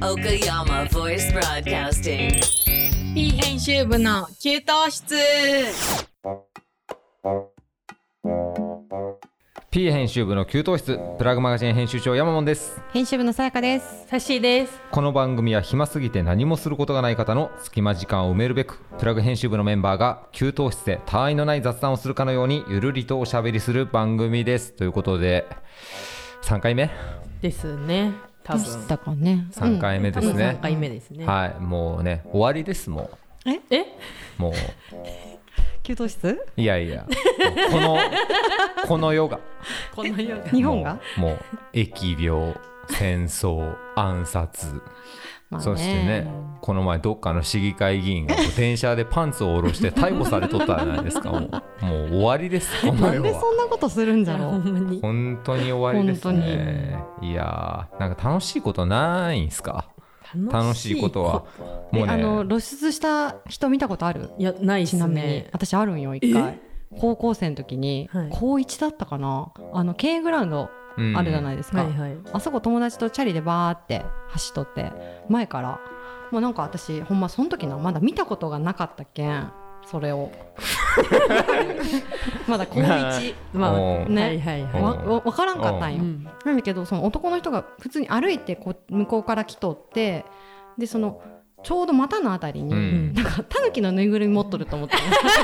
Okayama Voice Broadcasting P 編集部の給湯室。 P 編集部の給湯室、プラグマガジン編集長山門です。 編集部のさやかです。 さしーです。 この番組は暇すぎて何もすることがない方の隙間時間を埋めるべく、プラグ編集部のメンバーが給湯室で他愛のない雑談をするかのようにゆるりとおしゃべりする番組です。ということで3回目ですね。多分でしたかね。 3回目ですね、 3回目ですね。 はい、もうね終わりです。もえうもう給湯室？ いやいやこの世がこの世が日本がもう疫病、戦争、暗殺、 まあね、 そしてね、この前どっかの市議会議員が電車でパンツを下ろして逮捕されとったじゃないですか。もう終わりです。このなんで世はそんなことするんじゃろほんう。 まに本当に終わりですね。いやー、なんか楽しいことないんすか？楽しいことはもうね、 露出した人見たことある？ いやないっすちなみにね。 私あるんよ。一回高校生の時に、 はい高1だったかな、K グラウンドあるじゃないですか、 はいはい。 あそこ友達とチャリでバーって走っとって前からもうなんか私ほんまその時なまだ見たことがなかったけんそれをまだ高1 まあねはいはいはい。 わからんかったんよ、 うんなんだけどその男の人が普通に歩いて向こうから来とってでそのちょうど股のあたりに、 うんなんかタヌキのぬいぐるみ持っとると思って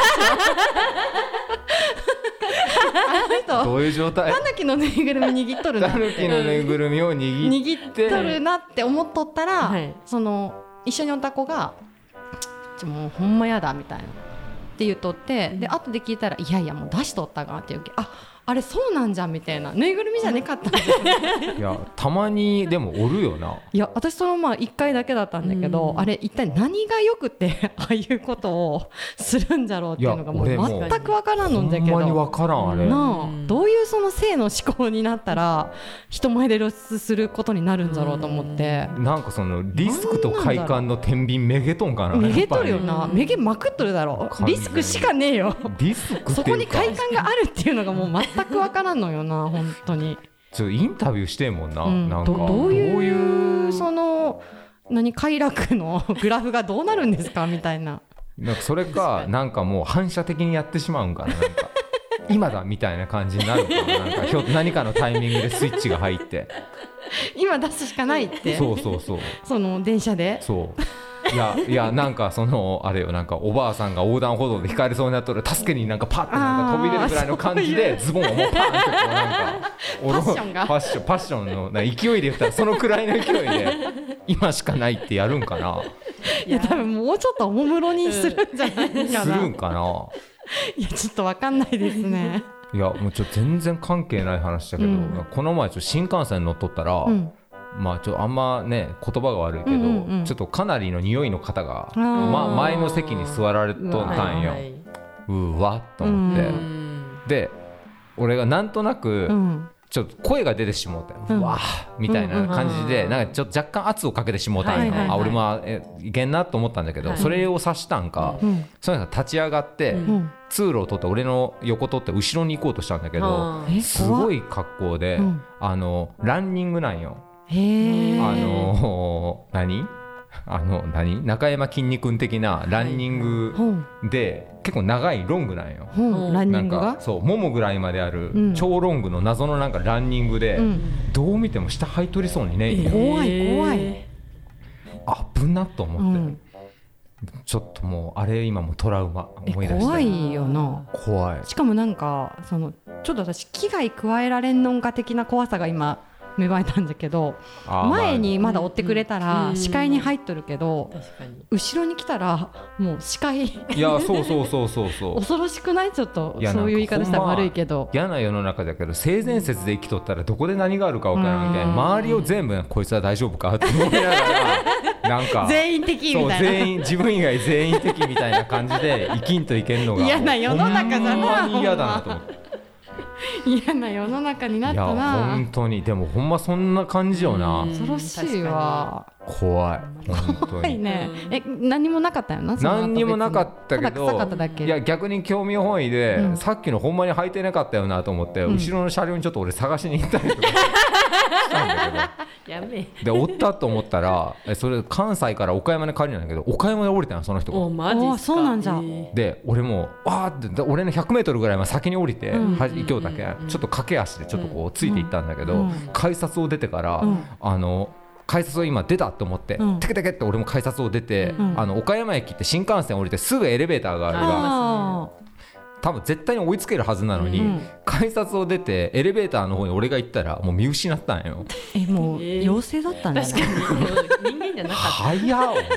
あの人どういう状態？ タヌキのぬいぐるみ握っとるなってタヌキのぬいぐるみを握って握っとるなって思っとったら、 はいその一緒におった子がもうほんまやだみたいなって言っとって、で後で聞いたらいやいやもう出しとったがって言うけあれそうなんじゃんみたいな、ぬいぐるみじゃねかったんだよいやたまにでもおるよな。 いや私そのまあ1回だけだったんだけど、あれ一体何がよくてああいうことをするんじゃろうっていうのがもういや俺も全く分からんのんじゃけど、 ほんまに分からんあれ。 なあどういうその性の思考になったら人前で露出することになるんだろうと思って、 なんかそのリスクと快感の天秤めげとんかな。 めげとるよやっな、めげまくっとるだろ完全にリスクしかねえよぱりリスクっていうかそこに快感があるっていうのがもう全く分からんのよな本当に。 インタビューしてんもんな、なんかどういうその快楽のグラフがどうなるんですかみたいな。 なんかそれかなんかもう反射的にやってしまうんかな、なんか今だみたいな感じになるかな、なんか何かのタイミングでスイッチが入って今出すしかないってそうその電車でそういやなんかそのあれよ、なんかおばあさんが横断歩道で引かれそうになっとる助けになんかパッてなんか飛び出るぐらいの感じでズボンをもうパーンってこうなんかパッションがパッションのなんか勢いで言ったらそのくらいの勢いで今しかないってやるんかな。 いや多分もうちょっとおもむろにするんじゃないかな、 するんかな。 いやちょっと分かんないですねいやもうちょっと全然関係ない話だけど、この前ちょっと新幹線乗っとったら、まあちょっとあんまね言葉が悪いけど、ちょっとかなりの匂いの方が、前の席に座られとったんよ。うわっと思って、で俺がなんとなく、ちょっと声が出てしもうたよ、うわーみたいな感じで、なんかちょっと若干圧をかけてしもうたんよ、俺もいけんなと思ったんだけど、それを察したんか、その人が立ち上がって、通路を取って俺の横取って後ろに行こうとしたんだけど、すごい格好で、ランニングなんよ。何中山きんに君的なランニングで、結構長いロングなんよ、 ランニングがなんかそうももぐらいまである、超ロングの謎のなんかランニングで、どう見ても下履いとりそうにね、 怖い危なと思って、ちょっともうあれ今もトラウマ思い出して怖いよな。 怖い。 しかもなんかそのちょっと私危害加えられんのんか的な怖さが今芽生えたんだけど、前にまだ追ってくれたら視界に入っとるけど、後ろに来たらもう視界いやそう恐ろしくない？ちょっといやそういう言い方したら悪いけど、 嫌な世の中だけど性善説で生きとったらどこで何があるか分からんけん、周りを全部こいつは大丈夫かって思いながらなんか全員的みたいな、 全員自分以外全員的みたいな感じで生きんといけんのが嫌な世の中じゃな、 ほんまに嫌だなと思って。 嫌な世の中になったな。 いや本当にでもほんまそんな感じよな。 恐ろしいわ。 怖い本当怖いにね。何もなかったよな。 何にもなかったけただ臭かっただど、 け。 いや逆に興味本位で、さっきのほんまに履いてなかったよなと思って、後ろの車両にちょっと俺探しに行ったりとかしたんだけどやめでおったと思ったらそれ関西から岡山に帰るんだけど、岡山で降りたのその人が。 マジっすか。 そうなんじゃ。 で俺もわーって俺の100メートルぐらい先に降りて、行きょうだけちょっと駆け足でちょっとこうついていったんだけど、改札を出てから、改札を今出たと思って、テケテケって俺も改札を出て、岡山駅って新幹線降りてすぐエレベーターがあるが、多分絶対に追いつけるはずなのに、改札を出てエレベーターの方に俺が行ったらもう見失ったんよ。 もう妖精だったんだね。 確かに人間じゃなかった。 早っ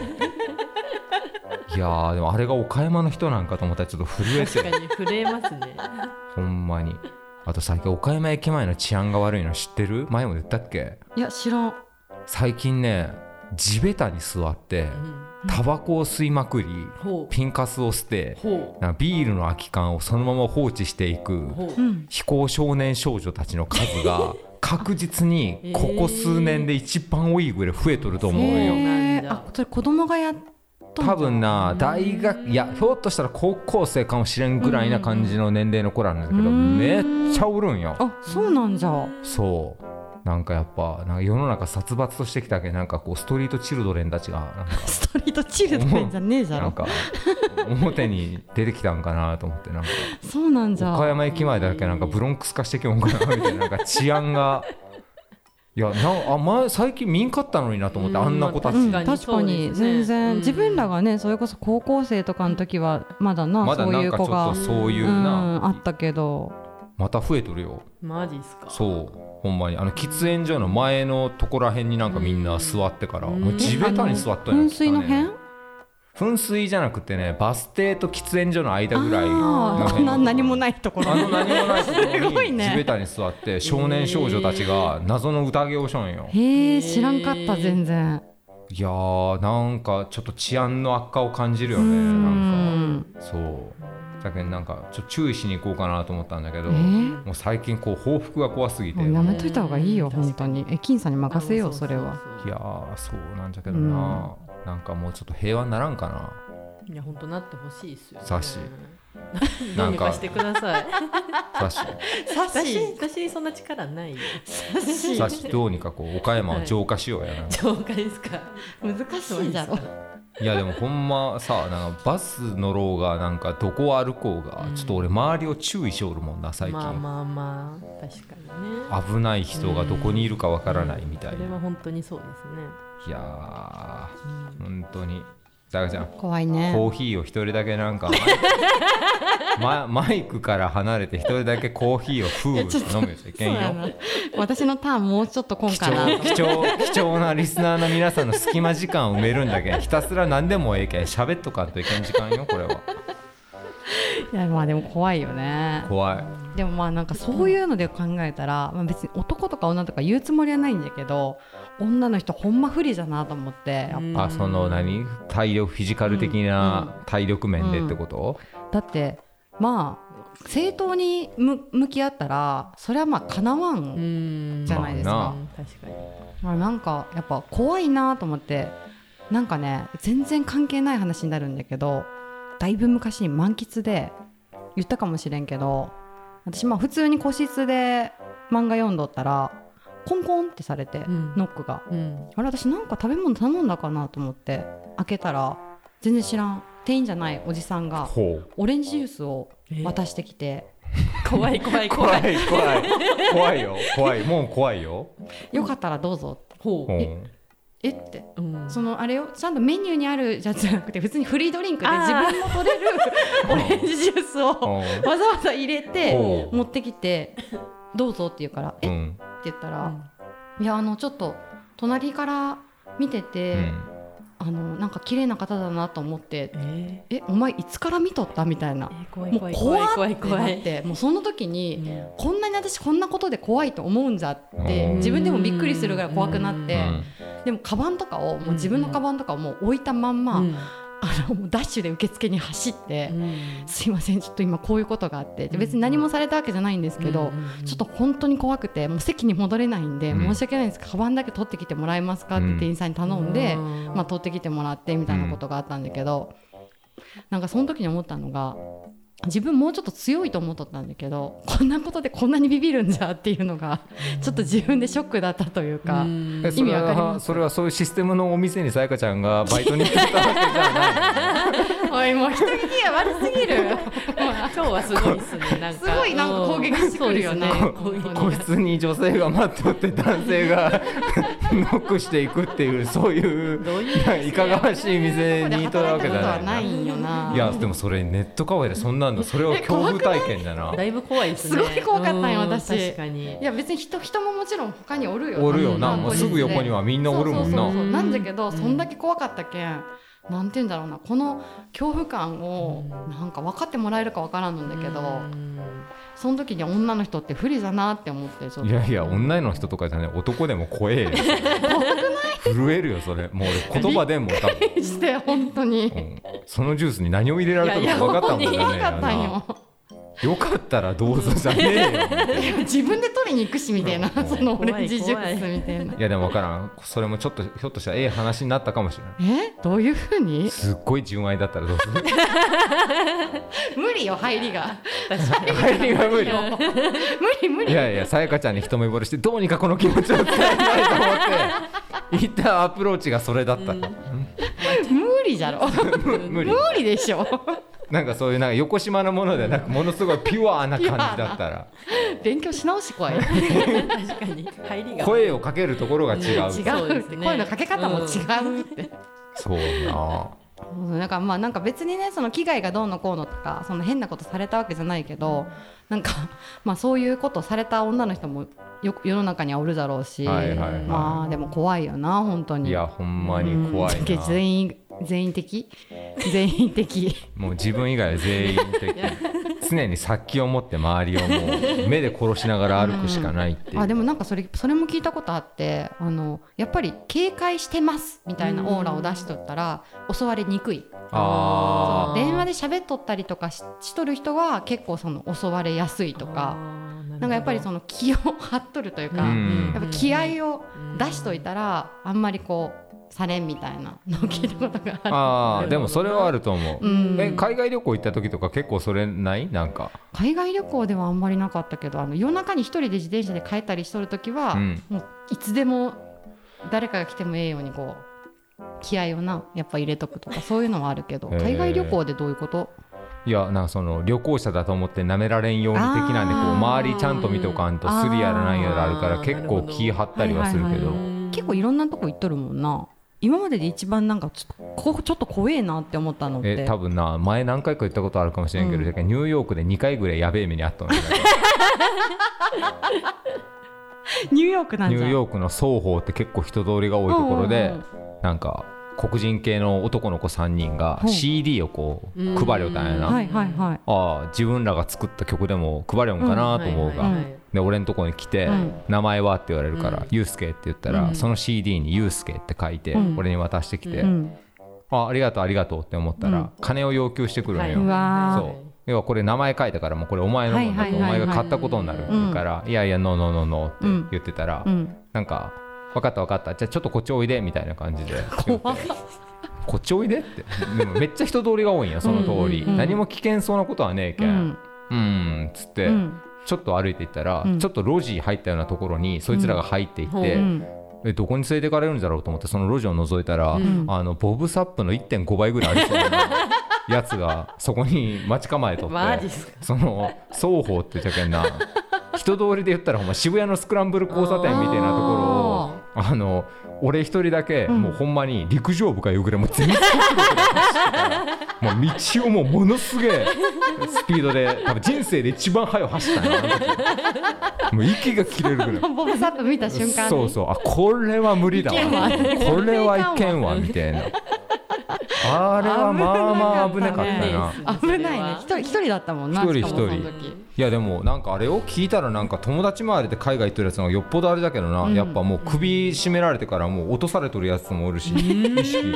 いやーでもあれが岡山の人なんかと思ったらちょっと震えて確かに震えますね。 ほんまに。あと最近岡山駅前の治安が悪いの知ってる？前も言ったっけ？ いや知らん。 最近ね地べたに座ってタバコを吸いまくり、ピンカスを捨て、なんかビールの空き缶をそのまま放置していく非行少年少女たちの数が確実にここ数年で一番多いぐらい増えとると思うよ。 それ子供がやっ多分な大学いやひょっとしたら高校生かもしれんぐらいな感じの年齢の子なんだけど、めっちゃおるんよ。 あ、そうなんじゃ。 そうなんかやっぱなんか世の中殺伐としてきたけど、なんかこうストリートチルドレンたちがなんかストリートチルドレンじゃねえじゃろ。 なんか表に出てきたんかなと思って、なんかそうなんじゃ。 岡山駅前だけなんかブロンクス化してきよんかなみたいな、なんか治安がいや前最近見んかったのになと思って、あんな子たち、 確かに全然、自分らがねそれこそ高校生とかの時はまだな、そういう子がそういうな、 あったけどまた増えとるよ。 マジっすか。 そうほんまに喫煙所の前のとこら辺になんかみんな座ってから、もう地べたに座ったんや。 噴水の辺？ 噴水じゃなくてね、バス停と喫煙所の間ぐらい何もないところ、 何もないところに地べたに座って少年少女たちが謎の宴をしょんよ。 へえ、知らんかった全然。 いやーなんかちょっと治安の悪化を感じるよね。なんかそうだけどなんかちょっと注意しに行こうかなと思ったんだけど、もう最近こう報復が怖すぎてやめといた方がいいよ本当に。金さんに任せようそれは。 いやーそうなんだけどな、なんかもうちょっと平和にならんかな。 いや本当なってほしいですよね。 サッシどうにかしてください。 サッシ私そんな力ないよ。 サッシどうにかこう岡山を浄化しようやな。 浄化ですか。 難しいじゃろ。 いやでもほんまさ、なんかバス乗ろうがなんかどこを歩こうが、ちょっと俺周りを注意しおるもんな最近。 まあ確かにね。 危ない人がどこにいるかわからないみたいな。 それは本当にそうですね。 いやー、本当にだからちゃん怖いね。 コーヒーを一人だけなんかマイクから離れて一人だけコーヒーをフーって飲むやついけんよ。 私のターンもうちょっと今かな。 貴重なリスナーの皆さんの隙間時間を埋めるんだけん、ひたすら何でもええけん喋っとかんといけん時間よこれは。 いやまあでも怖いよね。 怖い。 でもまあなんかそういうので考えたら、まあ、別に男とか女とか言うつもりはないんだけど、女の人ほんま不利だなと思って。やっぱその体力フィジカル的な体力面でってこと、 だってまあ正当に向き合ったらそれはまあかなわんじゃないですか。 確かに。 まあなんかやっぱ怖いなと思って、なんかね全然関係ない話になるんだけど、だいぶ昔に満喫で言ったかもしれんけど、私まあ普通に個室で漫画読んどったらコンコンってされて、ノックが、あれ私なんか食べ物頼んだかなと思って開けたら、全然知らん店員じゃないおじさんがオレンジジュースを渡してきて、 怖いよ怖いよ。 よかったらどうぞってって、そのあれをちゃんとメニューにあるじゃなくて、普通にフリードリンクで自分も取れるオレンジジュースをわざわざ入れて持ってきて、どうぞって言うからって言ったら、いやちょっと隣から見てて、なんか綺麗な方だなと思って、お前いつから見とったみたいな、もう怖ってなって、もうその時に、こんなに私こんなことで怖いと思うんじゃって自分でもびっくりするぐらい怖くなって、でもカバンとかをもう自分のカバンとかをもう置いたまんま、 もうダッシュで受付に走って、すいませんちょっと今こういうことがあって、別に何もされたわけじゃないんですけど、ちょっと本当に怖くてもう席に戻れないんで、申し訳ないんですけどカバンだけ取ってきてもらえますかって店員さんに頼んで、取ってきてもらってみたいなことがあったんだけど、なんかその時に思ったのが、自分もうちょっと強いと思っとったんだけど、こんなことでこんなにビビるんじゃっていうのがちょっと自分でショックだったというか、意味わかります？ それはそういうシステムのお店にさやかちゃんがバイトに行ってたわけじゃないおいもう人聞きが悪すぎる今日はすごいですね。なんかすごいなんか攻撃してくるよね。 個室に女性が待っておって男性がノックしていくっていう、そういういかがわしい店にいたわけじゃない。いやでもそれネットカフェでそんなんの、それを恐怖体験だな。 だいぶ怖いですね。 すごい怖かったんよ私。 確かに。 いや別に人ももちろん他におるよ。 おるよな。もうすぐ横にはみんなおるもんな。 なんだけどそんだけ怖かったけん。なんて言うんだろうな、この恐怖感をなんか分かってもらえるか分からんのだけど、その時に女の人って不利だなって思って、ちょっといやいや女の人とかじゃね、男でも怖えよ震えるよそれ。もう俺言葉でも多分して本当に、 そのジュースに何を入れられたのか分かったもんだね。 分かったんよ。 よかったらどうぞじゃねえよ自分で取りに行くしみたいな、そのオレンジジュースみたいな。 いやでも分からん、それもちょっとひょっとしたら話になったかもしれない。 どういう風に？ すっごい純愛だったらどうする無理よ入りが入りが無理無理。 いやいやさやかちゃんに一目惚れしてどうにかこの気持ちを伝えたいと思って言ったアプローチがそれだった、 無理じゃろ無理でしょ。 なんかそういうなんか横島のものでなく、ものすごいピュアな感じだったら勉強し直し怖い。 確かに入りが声をかけるところが違う。 違うって、声のかけ方も違うって。 そうな。 なんか別にね、その危害がどうのこうのとかその変なことされたわけじゃないけど、なんかそういうことされた女の人も世の中にはおるだろうし、まあでも怖いよな本当に。 いやほんまに怖いな。 全員的もう自分以外は全員的常に殺気を持って周りをもう目で殺しながら歩くしかないっていう。 でもなんかそれも聞いたことあって、やっぱり警戒してますみたいなオーラを出しとったら襲われにくい。電話で喋っとったりとか しとる人は結構その襲われやすいとか、なんかやっぱりその気を張っとるというか、やっぱ気合を出しといたらあんまりこうされんみたいなのを聞いたことがある。 でもそれはあると思う。海外旅行行った時とか結構それない？なんか海外旅行ではあんまりなかったけど、夜中に一人で自転車で帰ったりしとる時は、もういつでも誰かが来てもええようにこう気合をやっぱ入れとくとかそういうのはあるけど、海外旅行でどういうこと？ いやなんかその旅行者だと思って舐められんように的なんで、こう周りちゃんと見とかんとスリやらなんやらあるから結構気張ったりはするけど、 結構いろんなとこ行っとるもんな。今までで一番なんかちょっと怖えなって思ったのって、 多分な前何回か言ったことあるかもしれんけど、ニューヨークで2回ぐらいやべえ目にあったのニューヨークなんじゃん。 ニューヨークの双方って結構人通りが多いところで、なんか黒人系の男の子3人が CD をこう配りょったんやな。自分らが作った曲でも配りょんかなと思うが、で俺んとこに来て、名前はって言われるから、ユースケって言ったら、その CD にユースケって書いて、俺に渡してきて、ありがとうありがとうって思ったら、金を要求してくるのよ。そう要はこれ名前書いたからもうこれお前のもんだと、お前が買ったことになるから、いやいやノーノーノーノーって言ってたら、なんか分かった分かった、じゃあちょっとこっちおいでみたいな感じでこっちおいでって。でもめっちゃ人通りが多いんやその通り、何も危険そうなことはねえけん、つって、ちょっと歩いていったら、ちょっと路地入ったようなところにそいつらが入っていって、どこに連れてかれるんだろうと思ってその路地を覗いたら、ボブサップの 1.5 倍ぐらいありそうなやつがそこに待ち構えとってその双方って言っちゃけんな人通りで言ったらほんま渋谷のスクランブル交差点みたいなところを俺一人だけもうほんまに陸上部かいうぐらいもう全速力で走ってたらもう道をもうものすげえスピードで多分人生で一番速く走ったんやもう息が切れるぐらいボブサップ見た瞬間にそうこれは無理だわこれはいけんわみたいなあれはまあまあ危なかったな。 危ないね。一人だったもんな。 一人。いやでもなんかあれを聞いたらなんか友達周りで海外行ってるやつがよっぽどあれだけどな、やっぱもう首絞められてからもう落とされとるやつもおるし意識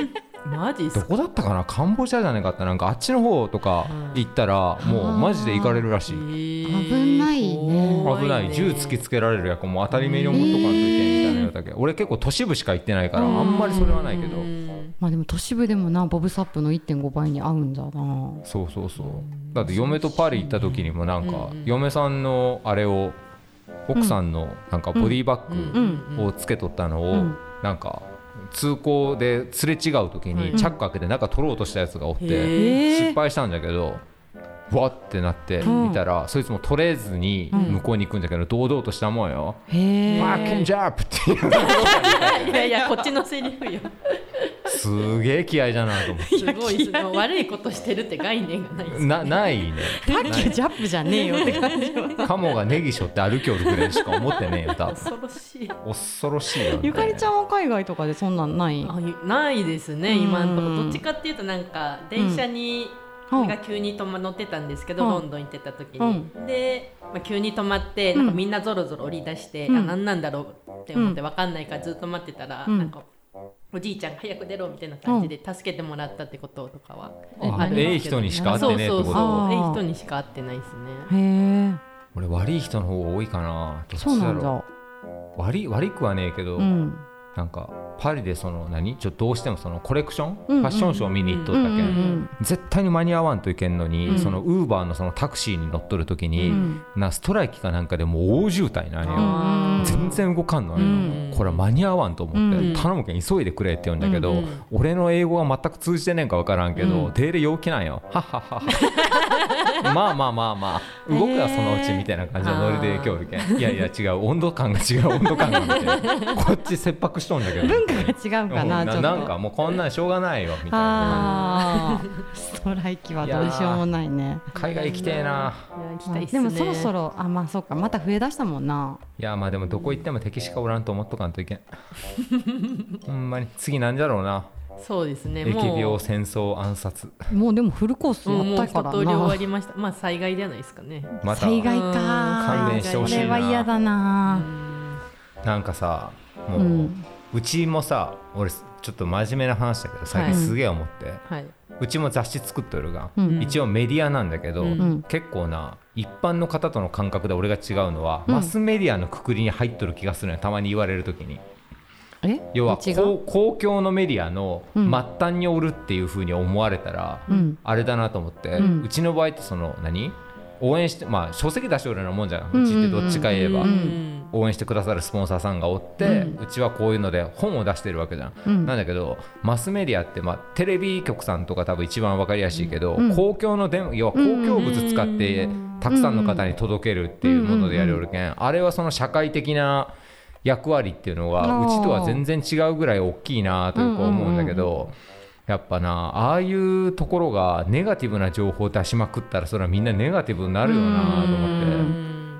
マジっすか。 どこだったかな、カンボジアじゃないかった、なんかあっちの方とか行ったらもうマジで行かれるらしい。 危ないね。 危ない、銃突きつけられるやつも当たり前に思っとかんといけんみたいなのだけど、俺結構都市部しか行ってないからあんまりそれはないけど、 まあでも都市部でもな、ボブサップの 1.5 倍に合うんだな。 そうそうそう。だって嫁とパリ行った時にもなんか嫁さんのあれを奥さんのなんかボディバッグをつけとったのをなんか通行ですれ違う時にチャック開けて中取ろうとしたやつがおって失敗したんだけど、わってなって見たらそいつも取れずに向こうに行くんだけど堂々としたもんよ。バッキンジャープっていういやいやこっちのセリフよ。 すげえ気合いだなと思って。 すごいですね。悪いことしてるって概念がないですね。 ないね。 バッキンジャップじゃねえよって感じ。 カモがネギしょって歩きおるぐらいしか思ってねえよ多分。 恐ろしい。 恐ろしいよね。 ゆかりちゃんは海外とかでそんなんない？ ないですね今のところ。どっちかっていうとなんか電車にが急に乗ってたんですけど、ロンドン行ってた時に、で、急に止まってなんかみんなぞろぞろ降り出して、何なんだろうって思って分かんないからずっと待ってたら、なんかおじいちゃん早く出ろみたいな感じで助けてもらったってこととかはいい人にしか会ってねえってこと。 そういい人にしか会ってないですね。 へえ。 俺悪い人の方が多いかな。どっちだろう。 そうなんだ。 悪くはねえけど、なんかパリでそのどうしてもそのコレクション、ファッションショー見に行っとったけん、絶対に間に合わんといけんのに、そのウーバーのそのタクシーに乗っとる時に、ストライキかなんかでもう大渋滞なんよ。全然動かんのよ。これは間に合わんと思って頼むけん急いでくれって言うんだけど、俺の英語が全く通じてねえんか分からんけど、手入れ陽気なんよ。はっはっはまあ動くはそのうちみたいな感じのノリで今日おるけん、いや違う、温度感が違うみたいなこっち切迫しとんだけど文化が違うかな。ちょっとなんかもうこんなんしょうがないよみたいな。 ストライキはどうしようもないね。 海外行きてえな。 でもそろそろまあそうか、また増えだしたもんな。 いやまあでもどこ行っても敵しかおらんと思っとかんといけんほんまに次なんじゃろうな。 そうですね。 疫病、戦争、暗殺。 もうでもフルコースやったからな。 もう一通り終わりました。まあ災害じゃないですかね。 また災害か。 勘弁してほしいな。 それは嫌だな。 なんかさ、もうちもさ、俺ちょっと真面目な話だけど最近すげえ思って、うちも雑誌作っとるが、一応メディアなんだけど、結構な一般の方との感覚で俺が違うのは、マスメディアのくくりに入っとる気がするのよ、たまに言われるときに。要は公共のメディアの末端におるっていう風に思われたら、あれだなと思って、うちの場合ってその応援して、まあ書籍出しておるようなもんじゃん。うちってどっちか言えば、応援してくださるスポンサーさんがおって、うちはこういうので本を出してるわけじゃん。なんだけどマスメディアって、テレビ局さんとか多分一番分かりやすいけど、公共の要は公共物使ってたくさんの方に届けるっていうものでやりおるけん、あれはその社会的な役割っていうのがうちとは全然違うぐらい大きいなというか思うんだけど、やっぱなああいうところがネガティブな情報を出しまくったらそれはみんなネガティブになるよなと思って、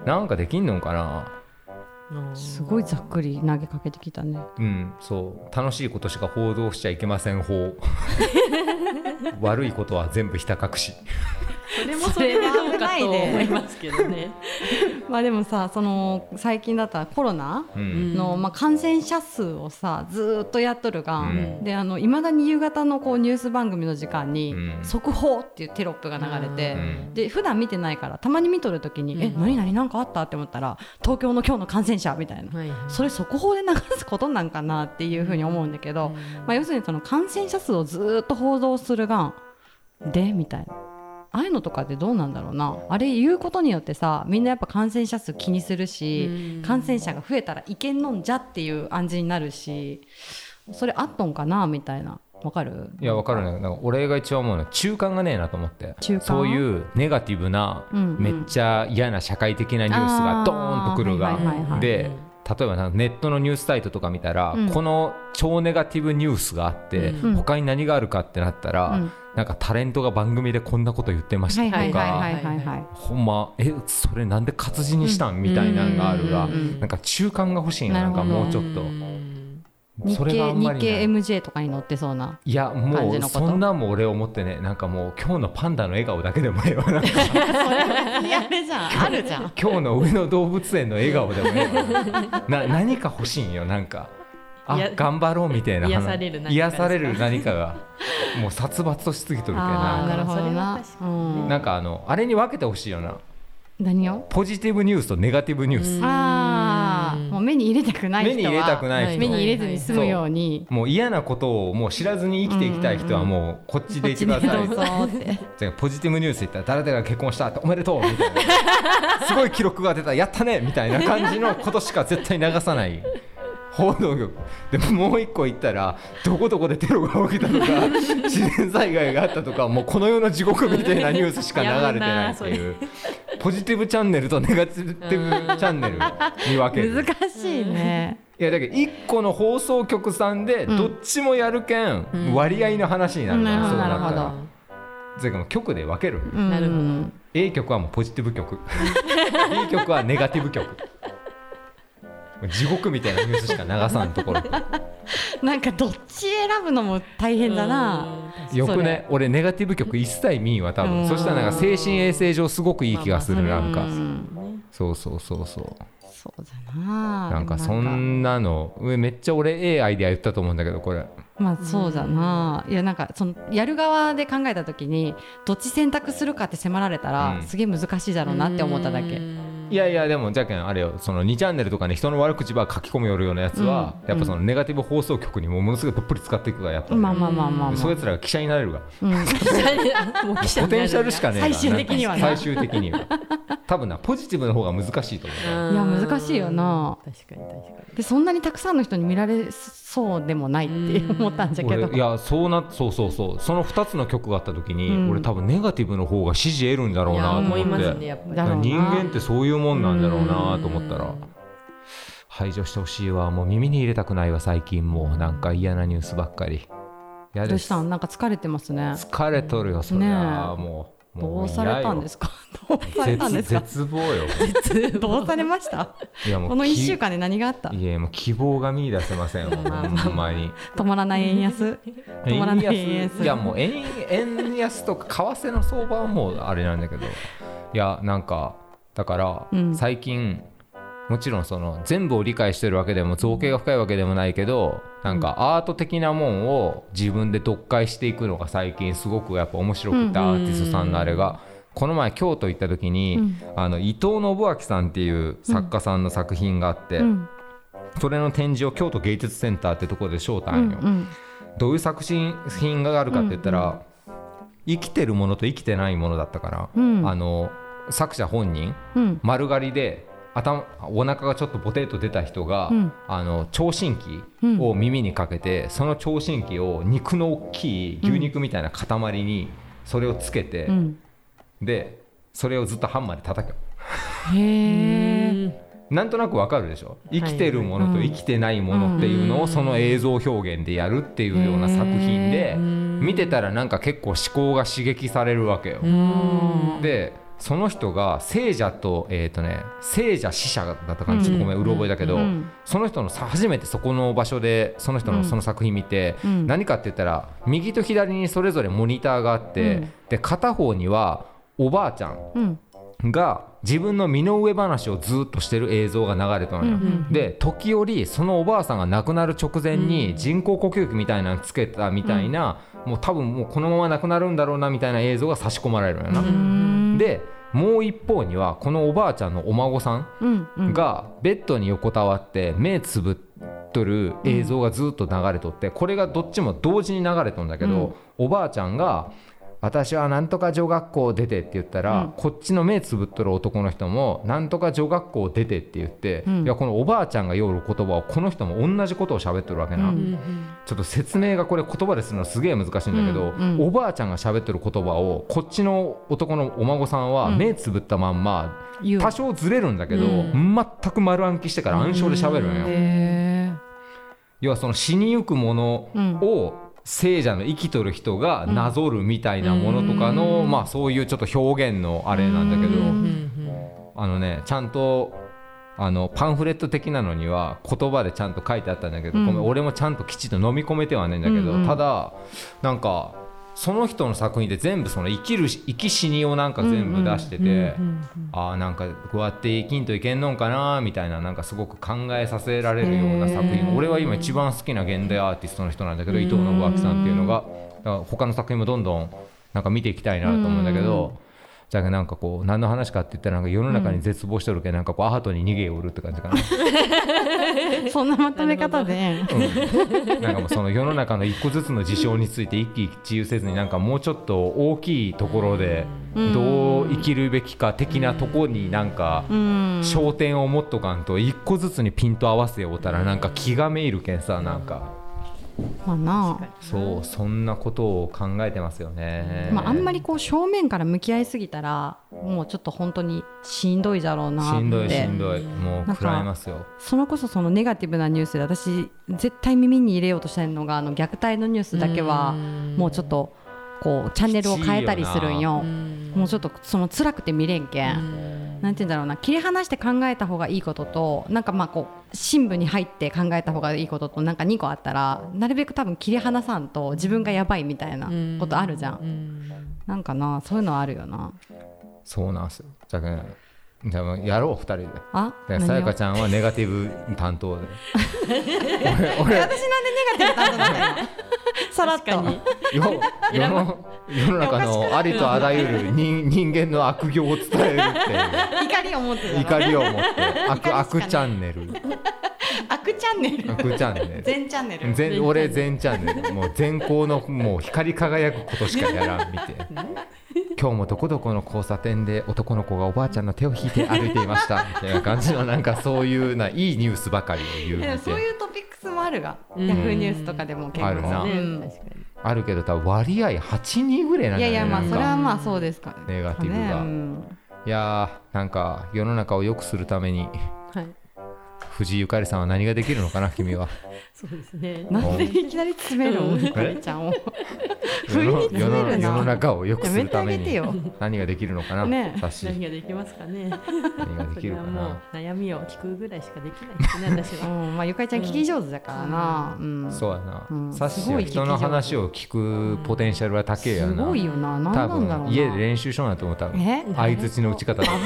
なんかできんのかな。 すごいざっくり投げかけてきたね。 そう楽しいことしか報道しちゃいけません法悪いことは全部ひた隠しそれもそれでどうかと思いますけどねまあでもさ、その最近だったらコロナの、感染者数をさずっとやっとるが、でいまだに夕方のこうニュース番組の時間に、速報っていうテロップが流れて、で普段見てないからたまに見とる時に、何々なんかあったって思ったら東京の今日の感染者みたいな、それ速報で流すことなんかなっていうふうに思うんだけど、要するにその感染者数をずっと報道するがでみたいな、ああいうのとかってどうなんだろうな。あれ言うことによってさ、みんなやっぱ感染者数気にするし、感染者が増えたらいけんのんじゃっていう暗示になるし、それあっとんかなみたいな。わかる？ いやわかるね。なんか俺が一番思うのは中間がねえなと思って、そういうネガティブな、めっちゃ嫌な社会的なニュースがドーンとくるが、で例えばネットのニュースサイトとか見たら、この超ネガティブニュースがあって、他に何があるかってなったら、なんかタレントが番組でこんなこと言ってましたとか、ほんまそれなんで活字にしたんみたいなのがあるが、なんか中間が欲しいな。なんかもうちょっと日経 MJ とかに載ってそうな。 いやもうそんなんも俺思ってね、なんかもう今日のパンダの笑顔だけでもええわなんかそれあれじゃん、あるじゃん今日の上野動物園の笑顔でもええわ何か欲しいんよ。なんか頑張ろうみたいな癒される何かがもう殺伐としすぎとるけどなるほどな。 なんかあれに分けてほしいよな。 何を？ ポジティブニュースとネガティブニュース。 もう目に入れたくない人は目に入れたくない人、 目に入れずに済むように、 もう嫌なことをもう知らずに生きていきたい人はもうこっちでいてください。じゃあポジティブニュース言ったら誰々が結婚したっておめでとうみたいなすごい記録が出たやったねみたいな感じのことしか絶対流さない報道局でももう一個言ったらどこどこでテロが起きたとか自然災害があったとかもうこの世の地獄みたいなニュースしか流れてないっていうポジティブチャンネルとネガティブチャンネルに分ける。 難しいね。 いやだけど1個の放送局さんでどっちもやるけん割合の話になるから、そうなったらそれから局で分ける。 なるほど。 A 局はもうポジティブ局B 局はネガティブ局地獄みたいなニュースしか流さんところなんかどっち選ぶのも大変だな。 よくね、俺ネガティブ曲一切見んわ多分。そしたらなんか精神衛生上すごくいい気がする。なんかそうそうそうそうそうだな。 なんかそんなのめっちゃ俺アイデア言ったと思うんだけどこれ。 まあそうだな。いやなんかそのやる側で考えた時にどっち選択するかって迫られたらすげえ難しいだろうなって思っただけ。 いやいやでもじゃけんあれよ、その2チャンネルとかに人の悪口ば書き込むよるようなやつは、やっぱそのネガティブ放送局にものすごいどっぷり使っていくからやっぱり、 まあまあまあまあ、 そういうやつらが記者になれるが、 もう記者ポテンシャルしかねえ最終的には最終的には多分なポジティブの方が難しいと思う。 いや難しいよな。 確かに確かに。 でそんなにたくさんの人に見られそうでもないって思ったんじゃけど、 いやそうの2つの曲があった時に、俺多分ネガティブの方が支持得るんだろうなと思って。 思いますねやっぱり。 人間ってそういうもんなんだろうなと思ったら排除してほしいわ。もう耳に入れたくないわ最近。もうなんか嫌なニュースばっかり。 どうしたん？なんか疲れてますね。 疲れとるよそりゃ、もうどうされたんですか？どうされたんですか？ 絶望よ。 どうされました？ いやもうこの1週間で何があった？ いやもう希望が見出せません。ほんまに止まらない円安。止まらない円安。 いやもう円安とか為替の相場はもうあれなんだけど、いやなんかだから、最近もちろんその全部を理解してるわけでも造形が深いわけでもないけど、なんかアート的なもんを自分で読解していくのが最近すごくやっぱ面白くて、アーティストさんのあれが。この前京都行った時に、伊藤信明さんっていう作家さんの作品があって、それの展示を京都芸術センターってところで招待よ、どういう作品があるかって言ったら、生きてるものと生きてないものだったから、作者本人、丸刈りでお腹がちょっとボテッと出た人が、聴診器を耳にかけて、その聴診器を肉の大きい牛肉みたいな塊にそれをつけて、でそれをずっとハンマーで叩く。 へー。 なんとなくわかるでしょ。生きてるものと生きてないものっていうのをその映像表現でやるっていうような作品で、見てたらなんか結構思考が刺激されるわけよ。でその人が聖者と聖者死者だったかな、ちょっとごめんうろ覚えだけど、その人の初めてそこの場所でその人のその作品見て、何かって言ったら右と左にそれぞれモニターがあって、で片方にはおばあちゃんが自分の身の上話をずっとしてる映像が流れたのよ、で時折そのおばあさんが亡くなる直前に人工呼吸器みたいなのつけたみたいな、もう多分もうこのまま亡くなるんだろうなみたいな映像が差し込まれるのよな。でもう一方にはこのおばあちゃんのお孫さんがベッドに横たわって目つぶっとる映像がずっと流れとって、これがどっちも同時に流れとんだけど、おばあちゃんが私はなんとか女学校出てって言ったら、こっちの目つぶっとる男の人もなんとか女学校出てって言って、いやこのおばあちゃんが言う言葉をこの人も同じことを喋ってるわけな、ちょっと説明がこれ言葉でするのすげえ難しいんだけど、おばあちゃんが喋ってる言葉をこっちの男のお孫さんは目つぶったまんま、多少ずれるんだけど、全く丸暗記してから暗唱で喋るのよ。要はその死にゆくものを聖者の生きとる人がなぞるみたいなものとかの、まあそういうちょっと表現のあれなんだけど、ちゃんとパンフレット的なのには言葉でちゃんと書いてあったんだけど、ごめん俺もちゃんときちっと飲み込めてはないんだけど、ただなんかその人の作品で全部その生き死にをなんか全部出してて、なんかこうやって生きんといけんのんかなみたいな、なんかすごく考えさせられるような作品。俺は今一番好きな現代アーティストの人なんだけど、伊藤信明さんっていうのが、だから他の作品もどんどんなんか見ていきたいなと思うんだけど、じゃあなんかこう何の話かって言ったら、なんか世の中に絶望してるけど、なんかこうアートに逃げを売るって感じかな。 そんなまとめ方で、 なんかもうその世の中の一個ずつの事象について一喜一憂せずに、なんかもうちょっと大きいところでどう生きるべきか的なところになんか焦点を持っとかんと、一個ずつにピント合わせようたらなんか気がめいるけんさ、なんかまあなあ、 そうそんなことを考えてますよね。 あんまりこう正面から向き合いすぎたらもうちょっと本当にしんどいだろうなって。 しんどいもう食らいますよ。 それこそそのネガティブなニュースで私絶対耳に入れようとしてるのが、虐待のニュースだけはもうちょっとこうチャンネルを変えたりするんよ。もうちょっとその辛くて見れんけん、なんて言うんだろうな、切り離して考えた方がいいことと、なんかまあこう深部に入って考えた方がいいことと、なんか2個あったらなるべく多分切り離さんと自分がやばいみたいなことあるじゃん。なんかな、そういうのあるよな。 そうなんですよ。じゃあやろう2人で。さやかちゃんはネガティブ担当で私なんでネガティブ担当なのよ。さらっと世の中のありとあらゆる人間の悪行を伝えるっていう怒りを持って悪チャンネル悪チャンネル全チャンネル俺全チャンネル、もう全校のもう光り輝くことしかやらんみて今日もどこどこの交差点で男の子がおばあちゃんの手を引いて歩いていましたみたいな感じの、なんかそういういいニュースばかりを言うみたいな。 そういうトピックスもあるが、ヤフーニュースとかでも結構あるな、あるけど多分割合8-2ぐらいなんだよね。 いやいや、まあそれはまあそうですかね、 ネガティブが、いやなんか世の中を良くするために、藤井ゆかりさんは何ができるのかな君は。 そうですね。 なんでいきなり詰めるの、ゆかりちゃんを。 世の中を良くするために何ができるのかな。 何ができますかね。 何ができるかな。 もう悩みを聞くぐらいしかできないですね、私は。 まあゆかりちゃん聞き上手だからな。 そうやな。さっしーは人の話を聞くポテンシャルは高いやな。 すごいよな。なんなんだろうな。 多分家で練習しようなと思ったら、相づちの打ち方で。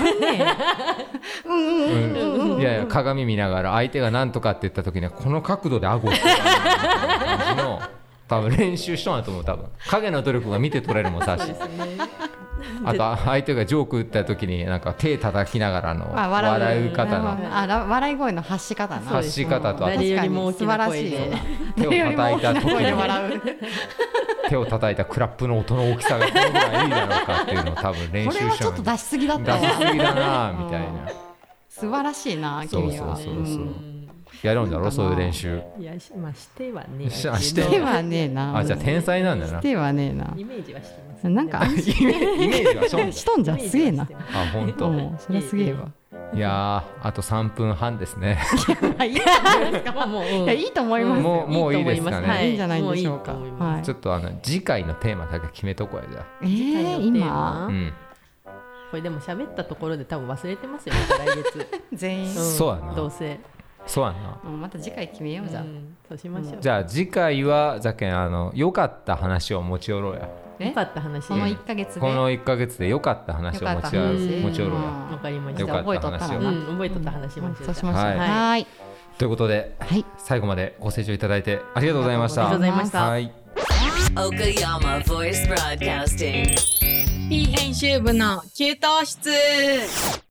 いやいや、鏡見ながら相手が何とかって言った時にはこの角度で顎をつけるみたいな感じの多分練習しとんやと思う。多分影の努力が見て取れるもんさし、あと相手がジョーク打った時になんか手叩きながらの笑う方の笑い声の発し方な、 発し方と、あと誰よりも大きな声で手を叩いた時に手を叩いたクラップの音の大きさがこのぐらいいいだろうかっていうのを多分練習しこれはちょっと出しすぎだったわ、 出しすぎだなみたいな。 素晴らしいな君は。 そうやるんだろそういう練習。 いや、まあしてはね。 してはねえな。 じゃあ天才なんだな。 してはねえな。 イメージはしてます。 なんかイメージはしとんじゃん、すげえな。 本当。 それはすげえわ。 いやあと3分半ですね。 いやいいと思います。 もういいですかね。 いいんじゃないでしょうか。 ちょっと次回のテーマだけ決めとこうや。 じゃあ今これでも喋ったところで多分忘れてますよね、来月全員。 そうやな。 どうせそうやな。 また次回決めようじゃん。 そうしましょう。 じゃあ次回はざけん良かった話を持ち寄ろうや。 良かった話。 この1ヶ月で。 この1ヶ月で良かった話を持ち寄ろうや。 わかりました。 覚えとったらな。 覚えとった話しましょう。 そうしましょう。はい。 ということで最後までご清聴いただいてありがとうございました。 ありがとうございました。 はい。 Okayama Voice Broadcasting。 P 編集部の給湯室。